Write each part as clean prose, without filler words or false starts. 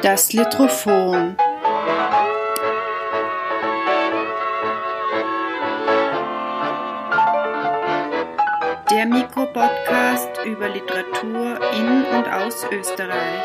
Das Litrophon. Der Mikropodcast über Literatur in und aus Österreich.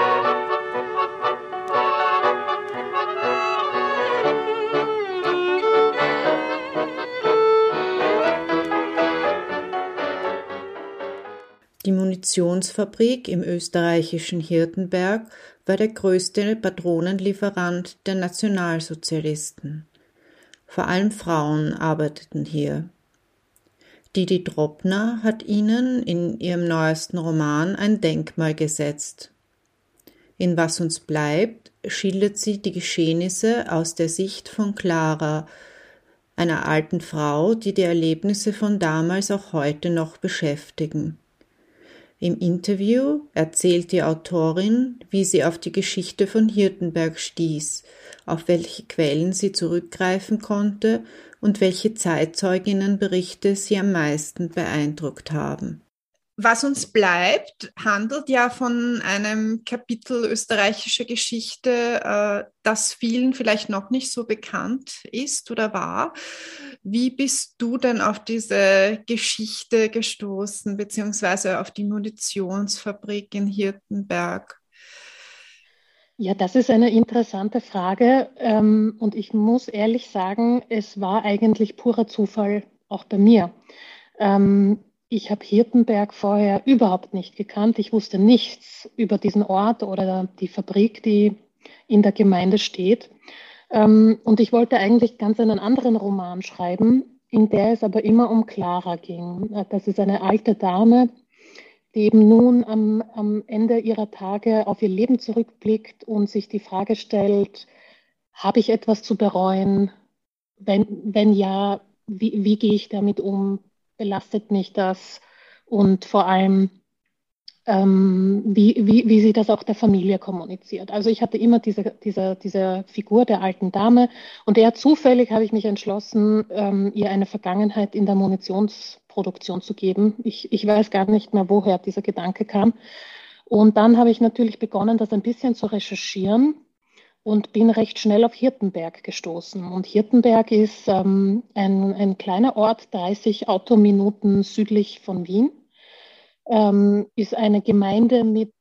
Die Munitionsfabrik im österreichischen Hirtenberg war der größte Patronenlieferant der Nationalsozialisten. Vor allem Frauen arbeiteten hier. Didi Droppner hat ihnen in ihrem neuesten Roman ein Denkmal gesetzt. In Was uns bleibt schildert sie die Geschehnisse aus der Sicht von Clara, einer alten Frau, die Erlebnisse von damals auch heute noch beschäftigen. Im Interview erzählt die Autorin, wie sie auf die Geschichte von Hirtenberg stieß, auf welche Quellen sie zurückgreifen konnte und welche Zeitzeuginnenberichte sie am meisten beeindruckt haben. Was uns bleibt, handelt ja von einem Kapitel österreichischer Geschichte, das vielen vielleicht noch nicht so bekannt ist oder war. Wie bist du denn auf diese Geschichte gestoßen, beziehungsweise auf die Munitionsfabrik in Hirtenberg? Ja, das ist eine interessante Frage. Und ich muss ehrlich sagen, es war eigentlich purer Zufall auch bei mir. Ich habe Hirtenberg vorher überhaupt nicht gekannt. Ich wusste nichts über diesen Ort oder die Fabrik, die in der Gemeinde steht. Und ich wollte eigentlich ganz einen anderen Roman schreiben, in der es aber immer um Clara ging. Das ist eine alte Dame, die eben nun am Ende ihrer Tage auf ihr Leben zurückblickt und sich die Frage stellt, habe ich etwas zu bereuen? Wenn ja, wie gehe ich damit um? Belastet mich das? Und vor allem, wie sie das auch der Familie kommuniziert. Also ich hatte immer diese Figur der alten Dame und eher zufällig habe ich mich entschlossen, ihr eine Vergangenheit in der Munitionsproduktion zu geben. Ich weiß gar nicht mehr, woher dieser Gedanke kam. Und dann habe ich natürlich begonnen, das ein bisschen zu recherchieren und bin recht schnell auf Hirtenberg gestoßen. Und Hirtenberg ist ein kleiner Ort, 30 Autominuten südlich von Wien. Ist eine Gemeinde mit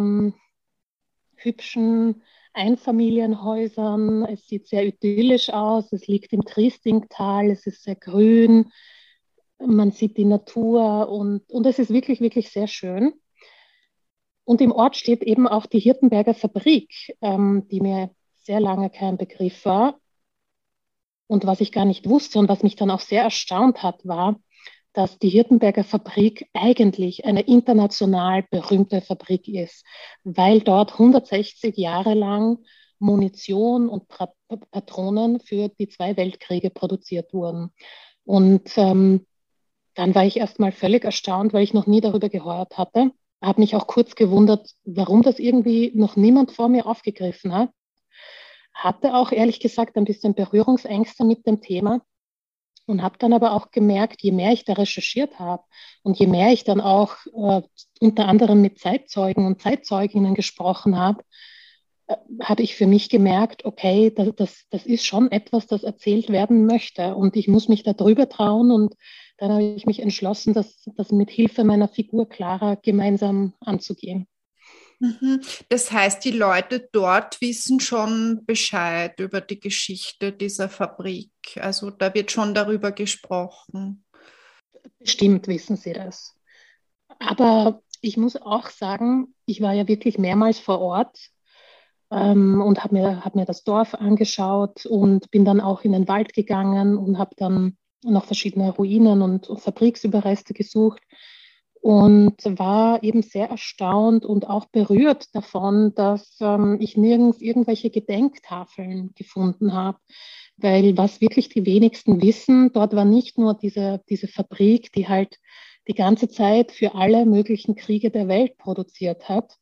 hübschen Einfamilienhäusern. Es sieht sehr idyllisch aus. Es liegt im Triestingtal. Es ist sehr grün. Man sieht die Natur und es ist wirklich, wirklich sehr schön. Und im Ort steht eben auch die Hirtenberger Fabrik, die mir sehr lange kein Begriff war. Und was ich gar nicht wusste und was mich dann auch sehr erstaunt hat, war, dass die Hirtenberger Fabrik eigentlich eine international berühmte Fabrik ist, weil dort 160 Jahre lang Munition und Patronen für die 2 Weltkriege produziert wurden. Und dann war ich erstmal völlig erstaunt, weil ich noch nie darüber gehört hatte. Habe mich auch kurz gewundert, warum das irgendwie noch niemand vor mir aufgegriffen hat. Hatte auch ehrlich gesagt ein bisschen Berührungsängste mit dem Thema. Und habe dann aber auch gemerkt, je mehr ich da recherchiert habe und je mehr ich dann auch unter anderem mit Zeitzeugen und Zeitzeuginnen gesprochen habe, habe ich für mich gemerkt, okay, das ist schon etwas, das erzählt werden möchte und ich muss mich da drüber trauen und dann habe ich mich entschlossen, das mit Hilfe meiner Figur Clara gemeinsam anzugehen. Das heißt, die Leute dort wissen schon Bescheid über die Geschichte dieser Fabrik. Also da wird schon darüber gesprochen. Bestimmt wissen sie das. Aber ich muss auch sagen, ich war ja wirklich mehrmals vor Ort und hab mir das Dorf angeschaut und bin dann auch in den Wald gegangen und habe dann noch verschiedene Ruinen und Fabriksüberreste gesucht. Und war eben sehr erstaunt und auch berührt davon, dass ich nirgends irgendwelche Gedenktafeln gefunden habe. Weil was wirklich die wenigsten wissen, dort war nicht nur diese Fabrik, die halt die ganze Zeit für alle möglichen Kriege der Welt produziert hat.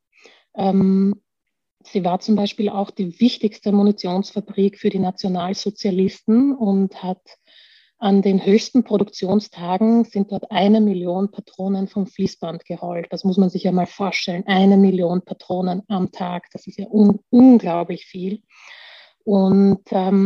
Sie war zum Beispiel auch die wichtigste Munitionsfabrik für die Nationalsozialisten und hat An den höchsten Produktionstagen sind dort 1 Million Patronen vom Fließband gerollt. Das muss man sich ja mal vorstellen. 1 Million Patronen am Tag, das ist ja unglaublich viel. Und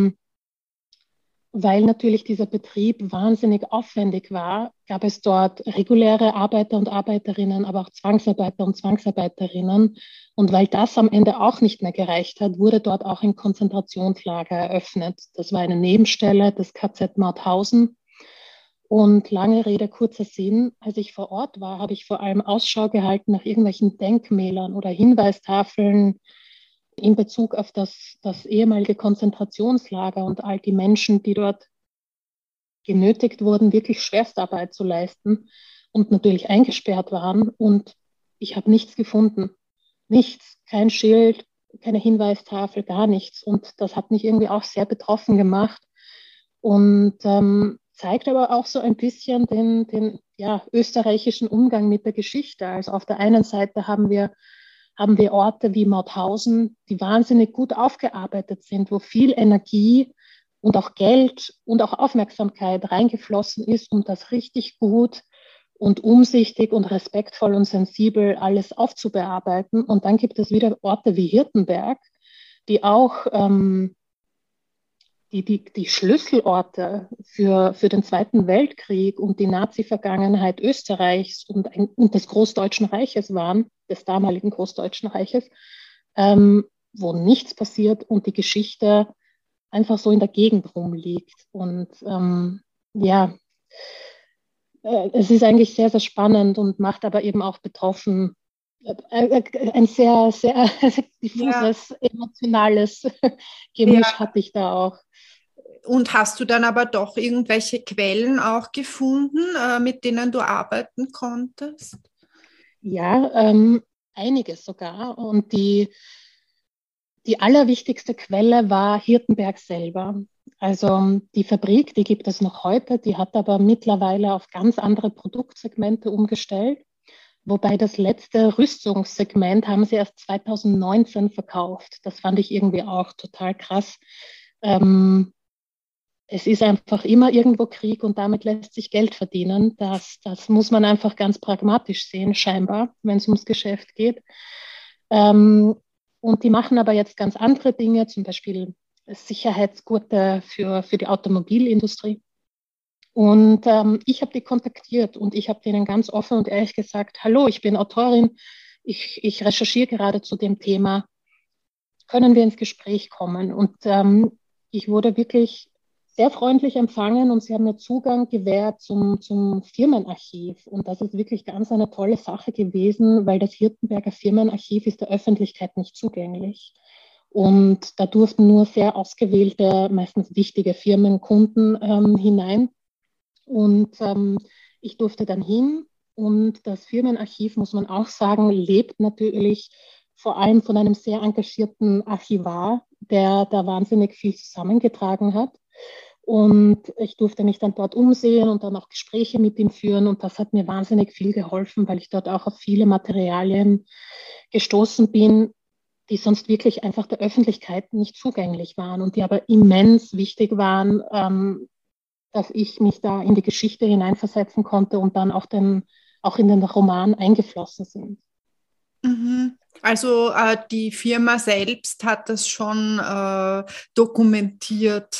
weil natürlich dieser Betrieb wahnsinnig aufwendig war, gab es dort reguläre Arbeiter und Arbeiterinnen, aber auch Zwangsarbeiter und Zwangsarbeiterinnen. Und weil das am Ende auch nicht mehr gereicht hat, wurde dort auch ein Konzentrationslager eröffnet. Das war eine Nebenstelle des KZ Mauthausen. Und lange Rede, kurzer Sinn, als ich vor Ort war, habe ich vor allem Ausschau gehalten nach irgendwelchen Denkmälern oder Hinweistafeln in Bezug auf das ehemalige Konzentrationslager und all die Menschen, die dort genötigt wurden, wirklich Schwerstarbeit zu leisten und natürlich eingesperrt waren. Und ich habe nichts gefunden. Nichts, kein Schild, keine Hinweistafel, gar nichts. Und das hat mich irgendwie auch sehr betroffen gemacht und zeigt aber auch so ein bisschen den österreichischen Umgang mit der Geschichte. Also auf der einen Seite haben wir Orte wie Mauthausen, die wahnsinnig gut aufgearbeitet sind, wo viel Energie und auch Geld und auch Aufmerksamkeit reingeflossen ist, um das richtig gut und umsichtig und respektvoll und sensibel alles aufzubearbeiten. Und dann gibt es wieder Orte wie Hirtenberg, die auch die Schlüsselorte für den Zweiten Weltkrieg und die Nazi-Vergangenheit Österreichs und des Großdeutschen Reiches waren, des damaligen Großdeutschen Reiches, wo nichts passiert und die Geschichte einfach so in der Gegend rumliegt. Und es ist eigentlich sehr, sehr spannend und macht aber eben auch betroffen. Ein sehr, sehr diffuses, emotionales Gemisch Ja. hatte ich da auch. Und hast du dann aber doch irgendwelche Quellen auch gefunden, mit denen du arbeiten konntest? Ja, einiges sogar. Und die allerwichtigste Quelle war Hirtenberg selber. Also die Fabrik, die gibt es noch heute, die hat aber mittlerweile auf ganz andere Produktsegmente umgestellt. Wobei das letzte Rüstungssegment haben sie erst 2019 verkauft. Das fand ich irgendwie auch total krass. Es ist einfach immer irgendwo Krieg und damit lässt sich Geld verdienen. Das muss man einfach ganz pragmatisch sehen, scheinbar, wenn es ums Geschäft geht. Und die machen aber jetzt ganz andere Dinge, zum Beispiel Sicherheitsgurte für die Automobilindustrie. Und ich habe die kontaktiert und ich habe denen ganz offen und ehrlich gesagt, hallo, ich bin Autorin, ich recherchiere gerade zu dem Thema, können wir ins Gespräch kommen? Und ich wurde wirklich sehr freundlich empfangen und sie haben mir Zugang gewährt zum Firmenarchiv. Und das ist wirklich ganz eine tolle Sache gewesen, weil das Hirtenberger Firmenarchiv ist der Öffentlichkeit nicht zugänglich. Und da durften nur sehr ausgewählte, meistens wichtige Firmenkunden hinein. Und ich durfte dann hin und das Firmenarchiv, muss man auch sagen, lebt natürlich vor allem von einem sehr engagierten Archivar, der da wahnsinnig viel zusammengetragen hat. Und ich durfte mich dann dort umsehen und dann auch Gespräche mit ihm führen. Und das hat mir wahnsinnig viel geholfen, weil ich dort auch auf viele Materialien gestoßen bin, die sonst wirklich einfach der Öffentlichkeit nicht zugänglich waren und die aber immens wichtig waren, dass ich mich da in die Geschichte hineinversetzen konnte und dann auch in den Roman eingeflossen sind. Mhm. Also die Firma selbst hat das schon dokumentiert,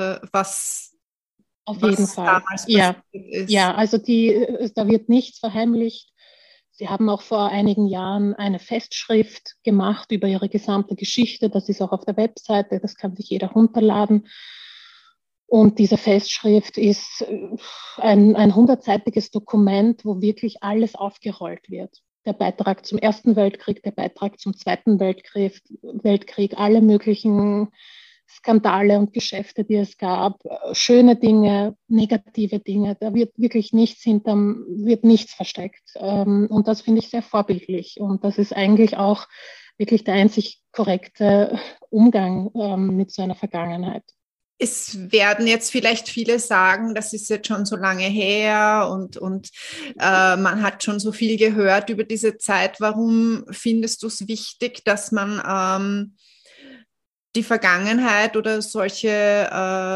Auf jeden was Fall. damals passiert Ja, ist. ja, also da wird nichts verheimlicht. Sie haben auch vor einigen Jahren eine Festschrift gemacht über ihre gesamte Geschichte. Das ist auch auf der Webseite, das kann sich jeder runterladen. Und diese Festschrift ist ein 100-seitiges Dokument, wo wirklich alles aufgerollt wird. Der Beitrag zum Ersten Weltkrieg, der Beitrag zum Zweiten Weltkrieg, alle möglichen Skandale und Geschäfte, die es gab, schöne Dinge, negative Dinge. Da wird wirklich wird nichts versteckt. Und das finde ich sehr vorbildlich. Und das ist eigentlich auch wirklich der einzig korrekte Umgang mit so einer Vergangenheit. Es werden jetzt vielleicht viele sagen, das ist jetzt schon so lange her und man hat schon so viel gehört über diese Zeit. Warum findest du es wichtig, dass man die Vergangenheit oder solche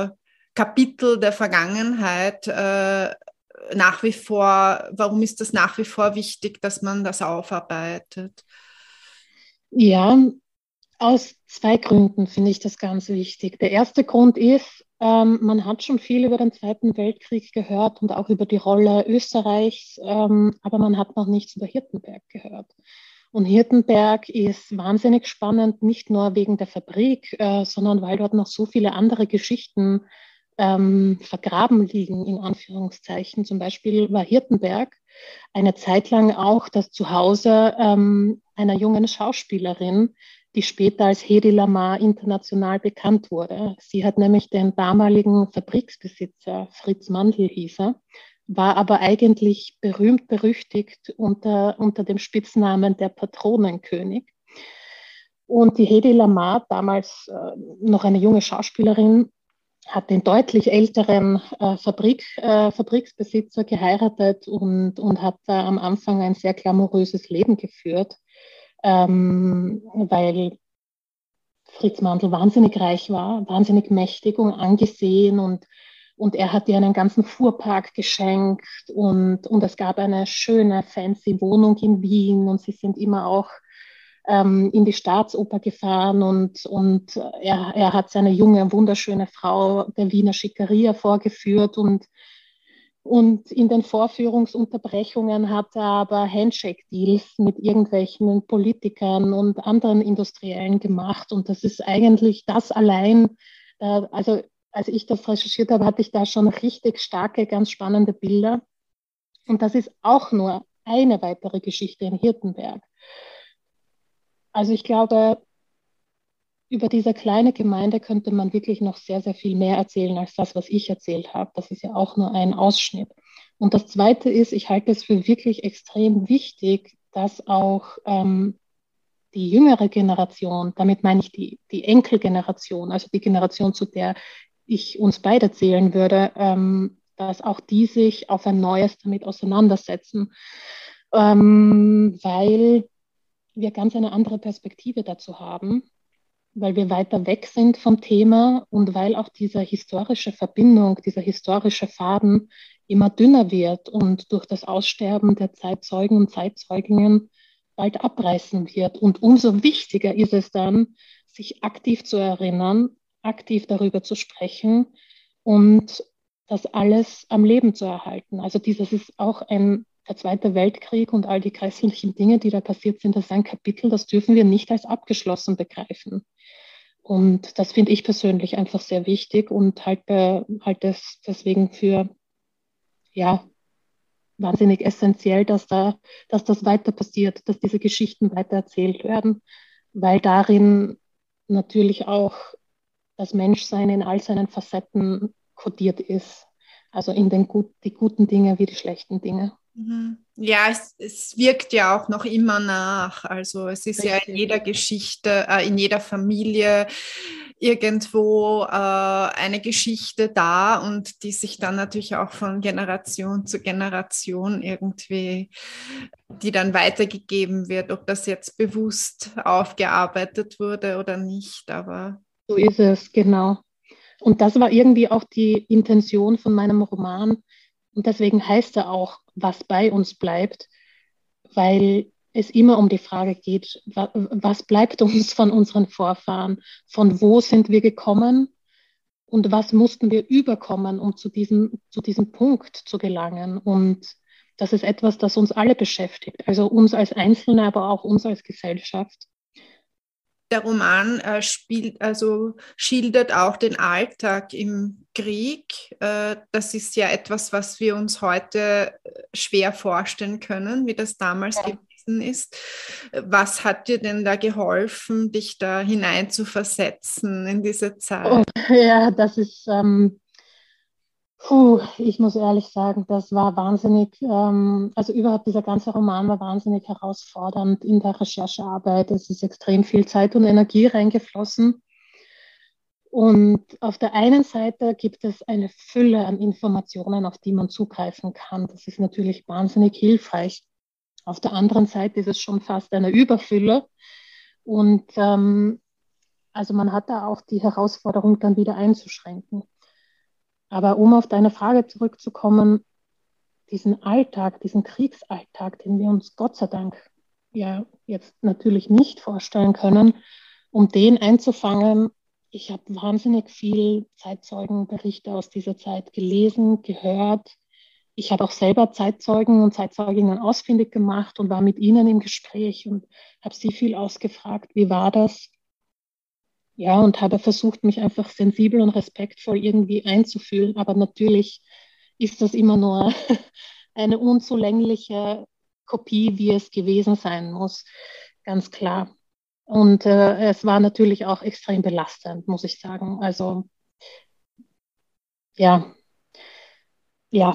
Kapitel der Vergangenheit nach wie vor, warum ist das nach wie vor wichtig, dass man das aufarbeitet? Ja, aus zwei Gründen finde ich das ganz wichtig. Der erste Grund ist, man hat schon viel über den Zweiten Weltkrieg gehört und auch über die Rolle Österreichs, aber man hat noch nichts über Hirtenberg gehört. Und Hirtenberg ist wahnsinnig spannend, nicht nur wegen der Fabrik, sondern weil dort noch so viele andere Geschichten vergraben liegen, in Anführungszeichen. Zum Beispiel war Hirtenberg eine Zeit lang auch das Zuhause einer jungen Schauspielerin, die später als Hedy Lamarr international bekannt wurde. Sie hat nämlich den damaligen Fabriksbesitzer, Fritz Mandl hieß er, war aber eigentlich berühmt berüchtigt unter dem Spitznamen der Patronenkönig. Und die Hedy Lamarr, damals noch eine junge Schauspielerin, hat den deutlich älteren Fabriksbesitzer geheiratet und hat da am Anfang ein sehr glamouröses Leben geführt, weil Fritz Mandl wahnsinnig reich war, wahnsinnig mächtig und angesehen und er hat ihr einen ganzen Fuhrpark geschenkt und es gab eine schöne, fancy Wohnung in Wien und sie sind immer auch in die Staatsoper gefahren und er hat seine junge, wunderschöne Frau der Wiener Schickeria vorgeführt und in den Vorführungsunterbrechungen hat er aber Handshake-Deals mit irgendwelchen Politikern und anderen Industriellen gemacht. Und das ist eigentlich das allein, also als ich das recherchiert habe, hatte ich da schon richtig starke, ganz spannende Bilder. Und das ist auch nur eine weitere Geschichte in Hirtenberg. Also ich glaube, über diese kleine Gemeinde könnte man wirklich noch sehr, sehr viel mehr erzählen als das, was ich erzählt habe. Das ist ja auch nur ein Ausschnitt. Und das Zweite ist, ich halte es für wirklich extrem wichtig, dass auch die jüngere Generation, damit meine ich die Enkelgeneration, also die Generation, zu der ich uns beide zählen würde, dass auch die sich auf ein Neues damit auseinandersetzen, weil wir ganz eine andere Perspektive dazu haben, weil wir weiter weg sind vom Thema und weil auch diese historische Verbindung, dieser historische Faden immer dünner wird und durch das Aussterben der Zeitzeugen und Zeitzeuginnen bald abreißen wird. Und umso wichtiger ist es dann, sich aktiv zu erinnern, aktiv darüber zu sprechen und das alles am Leben zu erhalten. Also dieses ist auch der Zweite Weltkrieg und all die grässlichen Dinge, die da passiert sind, das ist ein Kapitel, das dürfen wir nicht als abgeschlossen begreifen. Und das finde ich persönlich einfach sehr wichtig und halte es deswegen für ja, wahnsinnig essentiell, dass das weiter passiert, dass diese Geschichten weiter erzählt werden, weil darin natürlich auch das Menschsein in all seinen Facetten kodiert ist. Also in die guten Dinge wie die schlechten Dinge. Ja, es wirkt ja auch noch immer nach. Also es ist ja in Richtig. jeder Geschichte, in jeder Familie irgendwo eine Geschichte da und die sich dann natürlich auch von Generation zu Generation irgendwie, die dann weitergegeben wird, ob das jetzt bewusst aufgearbeitet wurde oder nicht. Aber So ist es, genau. Und das war irgendwie auch die Intention von meinem Roman. Und deswegen heißt er auch, was bei uns bleibt, weil es immer um die Frage geht, was bleibt uns von unseren Vorfahren? Von wo sind wir gekommen? Und was mussten wir überkommen, um zu diesem Punkt zu gelangen? Und das ist etwas, das uns alle beschäftigt. Also uns als Einzelne, aber auch uns als Gesellschaft. der Roman schildert auch den Alltag im Krieg. Das ist ja etwas, was wir uns heute schwer vorstellen können, wie das damals gewesen ist. Was hat dir denn da geholfen, dich da hinein zu versetzen in diese Oh, Zeit? ja, das ist, ich muss ehrlich sagen, das war wahnsinnig, also überhaupt dieser ganze Roman war wahnsinnig herausfordernd in der Recherchearbeit. Es ist extrem viel Zeit und Energie reingeflossen. Und auf der einen Seite gibt es eine Fülle an Informationen, auf die man zugreifen kann. Das ist natürlich wahnsinnig hilfreich. Auf der anderen Seite ist es schon fast eine Überfülle. Und also man hat da auch die Herausforderung, dann wieder einzuschränken. Aber um auf deine Frage zurückzukommen, diesen Alltag, diesen Kriegsalltag, den wir uns Gott sei Dank ja jetzt natürlich nicht vorstellen können, um den einzufangen, ich habe wahnsinnig viel Zeitzeugenberichte aus dieser Zeit gelesen, gehört. Ich habe auch selber Zeitzeugen und Zeitzeuginnen ausfindig gemacht und war mit ihnen im Gespräch und habe sie viel ausgefragt, wie war das? Ja, und habe versucht, mich einfach sensibel und respektvoll irgendwie einzufühlen. Aber natürlich ist das immer nur eine unzulängliche Kopie, wie es gewesen sein muss, ganz klar. Und es war natürlich auch extrem belastend, muss ich sagen. Also ja, ja.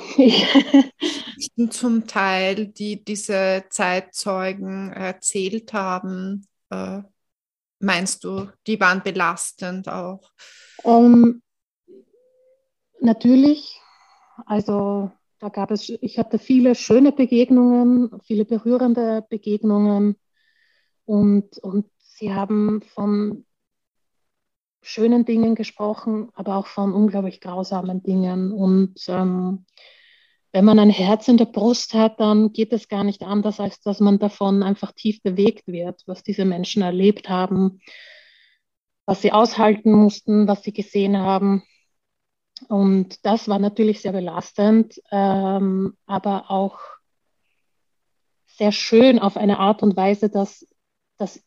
Zum Teil, die diese Zeitzeugen erzählt haben, meinst du, die waren belastend auch? ähm, natürlich, also ich hatte viele schöne Begegnungen, viele berührende Begegnungen und sie haben von schönen Dingen gesprochen, aber auch von unglaublich grausamen Dingen. Und wenn man ein Herz in der Brust hat, dann geht es gar nicht anders, als dass man davon einfach tief bewegt wird, was diese Menschen erlebt haben, was sie aushalten mussten, was sie gesehen haben. Und das war natürlich sehr belastend, aber auch sehr schön auf eine Art und Weise, dass,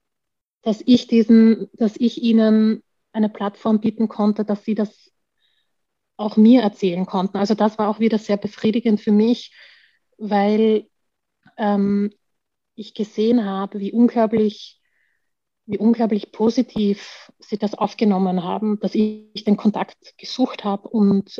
dass ich ihnen eine Plattform bieten konnte, dass sie das auch mir erzählen konnten. Also das war auch wieder sehr befriedigend für mich, weil ähm, ich gesehen habe, wie unglaublich positiv sie das aufgenommen haben, dass ich den Kontakt gesucht habe und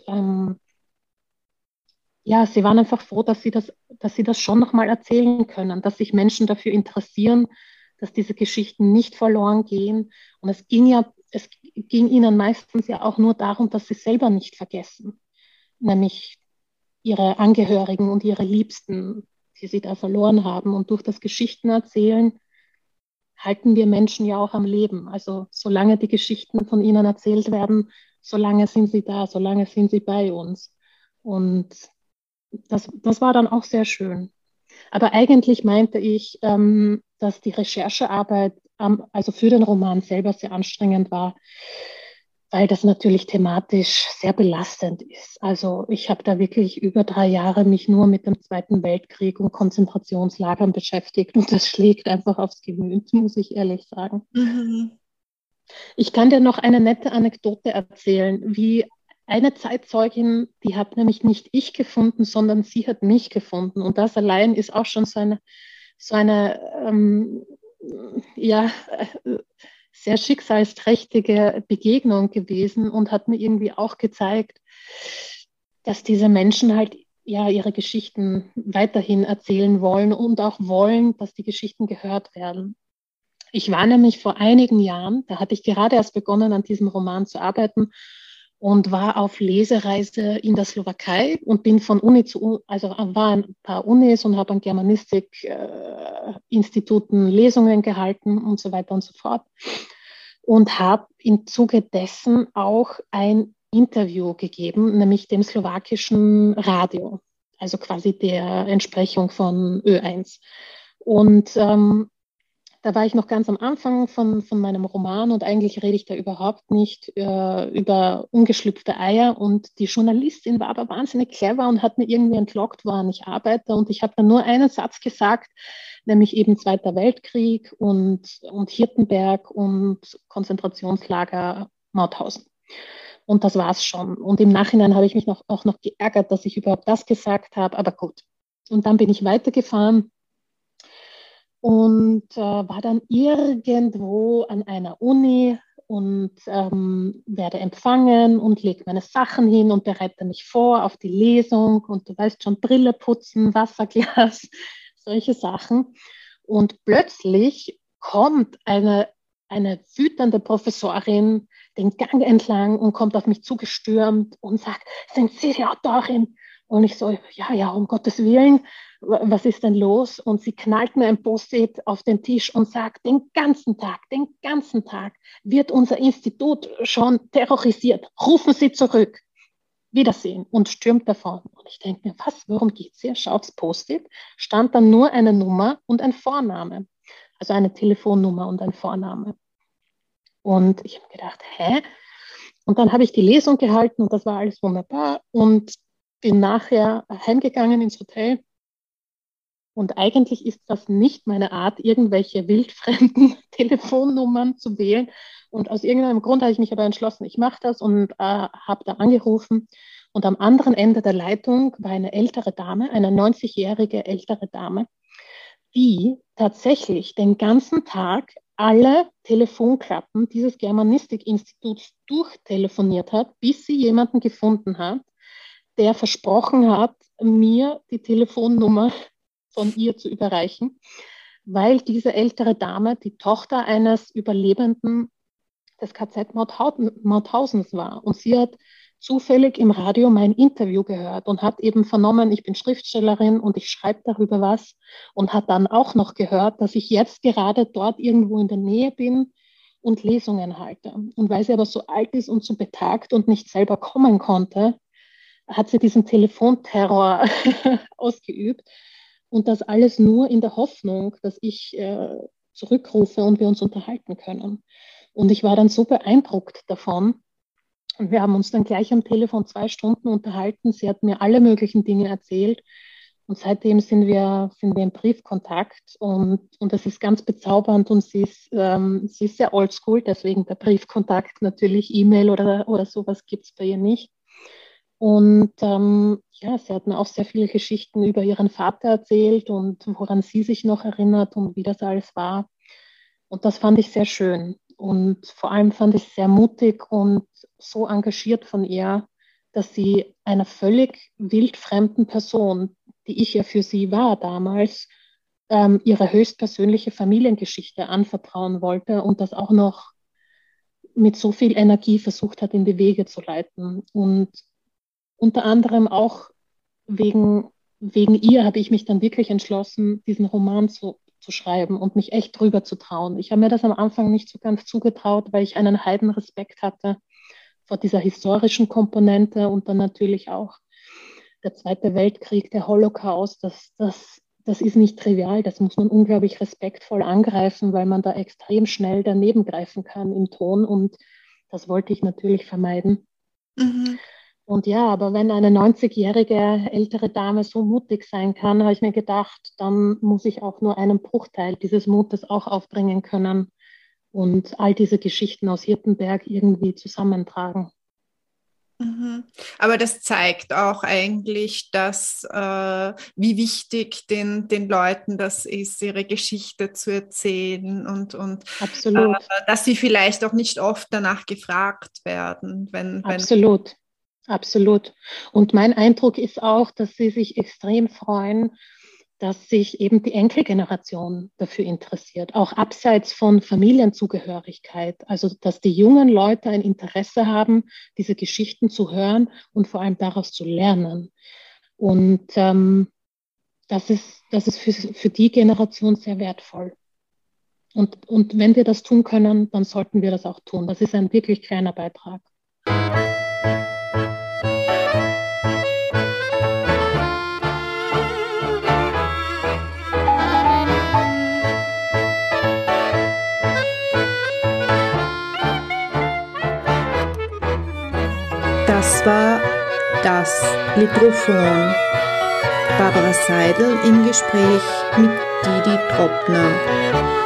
ja, sie waren einfach froh, dass sie das schon nochmal erzählen können, dass sich Menschen dafür interessieren, dass diese Geschichten nicht verloren gehen. Und es ging ihnen meistens ja auch nur darum, dass sie selber nicht vergessen, nämlich ihre Angehörigen und ihre Liebsten, die sie da verloren haben. Und durch das Geschichtenerzählen halten wir Menschen ja auch am Leben. Also solange die Geschichten von ihnen erzählt werden, solange sind sie da, solange sind sie bei uns. Und das war dann auch sehr schön. Aber eigentlich meinte ich, dass die Recherchearbeit, also für den Roman selber sehr anstrengend war, weil das natürlich thematisch sehr belastend ist. Also ich habe da wirklich über 3 Jahre mich nur mit dem Zweiten Weltkrieg und Konzentrationslagern beschäftigt und das schlägt einfach aufs Gemüt, muss ich ehrlich sagen. Mhm. Ich kann dir noch eine nette Anekdote erzählen, wie eine Zeitzeugin, die hat nämlich nicht ich gefunden, sondern sie hat mich gefunden. Und das allein ist auch schon so eine ja, sehr schicksalsträchtige Begegnung gewesen und hat mir irgendwie auch gezeigt, dass diese Menschen halt ja ihre Geschichten weiterhin erzählen wollen und auch wollen, dass die Geschichten gehört werden. Ich war nämlich vor einigen Jahren, da hatte ich gerade erst begonnen, an diesem Roman zu arbeiten und war auf Lesereise in der Slowakei und bin von Uni also war ein paar Unis und habe an Germanistik-Instituten Lesungen gehalten und so weiter und so fort. Und habe im Zuge dessen auch ein Interview gegeben, nämlich dem slowakischen Radio, also quasi der Entsprechung von Ö1. Und da war ich noch ganz am Anfang von meinem Roman und eigentlich rede ich da überhaupt nicht über ungeschlüpfte Eier. Und die Journalistin war aber wahnsinnig clever und hat mir irgendwie entlockt, woran ich arbeite. Und ich habe dann nur einen Satz gesagt, nämlich eben Zweiter Weltkrieg und Hirtenberg und Konzentrationslager Mauthausen. Und das war's schon. Und im Nachhinein habe ich mich auch noch geärgert, dass ich überhaupt das gesagt habe. Aber gut. Und dann bin ich weitergefahren und war dann irgendwo an einer Uni und werde empfangen und lege meine Sachen hin und bereite mich vor auf die Lesung und du weißt schon, Brille putzen, Wasserglas, solche Sachen. Und plötzlich kommt eine wütende Professorin den Gang entlang und kommt auf mich zugestürmt und sagt, sind Sie die Autorin? Und ich so, ja, ja, um Gottes Willen, was ist denn los? Und sie knallt mir ein Post-it auf den Tisch und sagt, den ganzen Tag wird unser Institut schon terrorisiert. Rufen Sie zurück. Wiedersehen und stürmt davon. Und ich denke mir, was, worum geht es hier? Schaut aufs Post-it, stand dann nur eine Nummer und ein Vorname. Also eine Telefonnummer und ein Vorname. Und ich habe gedacht, hä? Und dann habe ich die Lesung gehalten und das war alles wunderbar und bin nachher heimgegangen ins Hotel. Und eigentlich ist das nicht meine Art, irgendwelche wildfremden Telefonnummern zu wählen. Und aus irgendeinem Grund habe ich mich aber entschlossen, ich mache das und habe da angerufen. Und am anderen Ende der Leitung war eine ältere Dame, eine 90-jährige ältere Dame, die tatsächlich den ganzen Tag alle Telefonklappen dieses Germanistikinstituts durchtelefoniert hat, bis sie jemanden gefunden hat, der versprochen hat, mir die Telefonnummer von ihr zu überreichen, weil diese ältere Dame die Tochter eines Überlebenden des KZ Mauthausens war. Und sie hat zufällig im Radio mein Interview gehört und hat eben vernommen, ich bin Schriftstellerin und ich schreibe darüber was, und hat dann auch noch gehört, dass ich jetzt gerade dort irgendwo in der Nähe bin und Lesungen halte. Und weil sie aber so alt ist und so betagt und nicht selber kommen konnte, hat sie diesen Telefonterror ausgeübt. Und das alles nur in der Hoffnung, dass ich zurückrufe und wir uns unterhalten können. Und ich war dann so beeindruckt davon. Und wir haben uns dann gleich am Telefon 2 Stunden unterhalten. Sie hat mir alle möglichen Dinge erzählt. Und seitdem sind wir im Briefkontakt. Und das ist ganz bezaubernd. Und sie ist sehr oldschool, deswegen der Briefkontakt. Natürlich E-Mail oder sowas gibt es bei ihr nicht. Und ja, sie hat mir auch sehr viele Geschichten über ihren Vater erzählt und woran sie sich noch erinnert und wie das alles war. Und das fand ich sehr schön. Und vor allem fand ich es sehr mutig und so engagiert von ihr, dass sie einer völlig wildfremden Person, die ich ja für sie war damals, ihre höchstpersönliche Familiengeschichte anvertrauen wollte und das auch noch mit so viel Energie versucht hat, in die Wege zu leiten. Und unter anderem auch wegen ihr habe ich mich dann wirklich entschlossen, diesen Roman zu schreiben und mich echt drüber zu trauen. Ich habe mir das am Anfang nicht so ganz zugetraut, weil ich einen Heidenrespekt hatte vor dieser historischen Komponente und dann natürlich auch der Zweite Weltkrieg, der Holocaust. Das ist nicht trivial, das muss man unglaublich respektvoll angreifen, weil man da extrem schnell daneben greifen kann im Ton, und das wollte ich natürlich vermeiden. Mhm. Und ja, aber wenn eine 90-jährige ältere Dame so mutig sein kann, habe ich mir gedacht, dann muss ich auch nur einen Bruchteil dieses Mutes auch aufbringen können und all diese Geschichten aus Hirtenberg irgendwie zusammentragen. Mhm. Aber das zeigt auch eigentlich, wie wichtig den Leuten das ist, ihre Geschichte zu erzählen und Absolut, dass sie vielleicht auch nicht oft danach gefragt werden, wenn absolut. Absolut. Und mein Eindruck ist auch, dass sie sich extrem freuen, dass sich eben die Enkelgeneration dafür interessiert, auch abseits von Familienzugehörigkeit. Also, dass die jungen Leute ein Interesse haben, diese Geschichten zu hören und vor allem daraus zu lernen. Und das ist für die Generation sehr wertvoll. Und wenn wir das tun können, dann sollten wir das auch tun. Das ist ein wirklich kleiner Beitrag. Das war das Litrophon. Barbara Seidel im Gespräch mit Didi Troppner.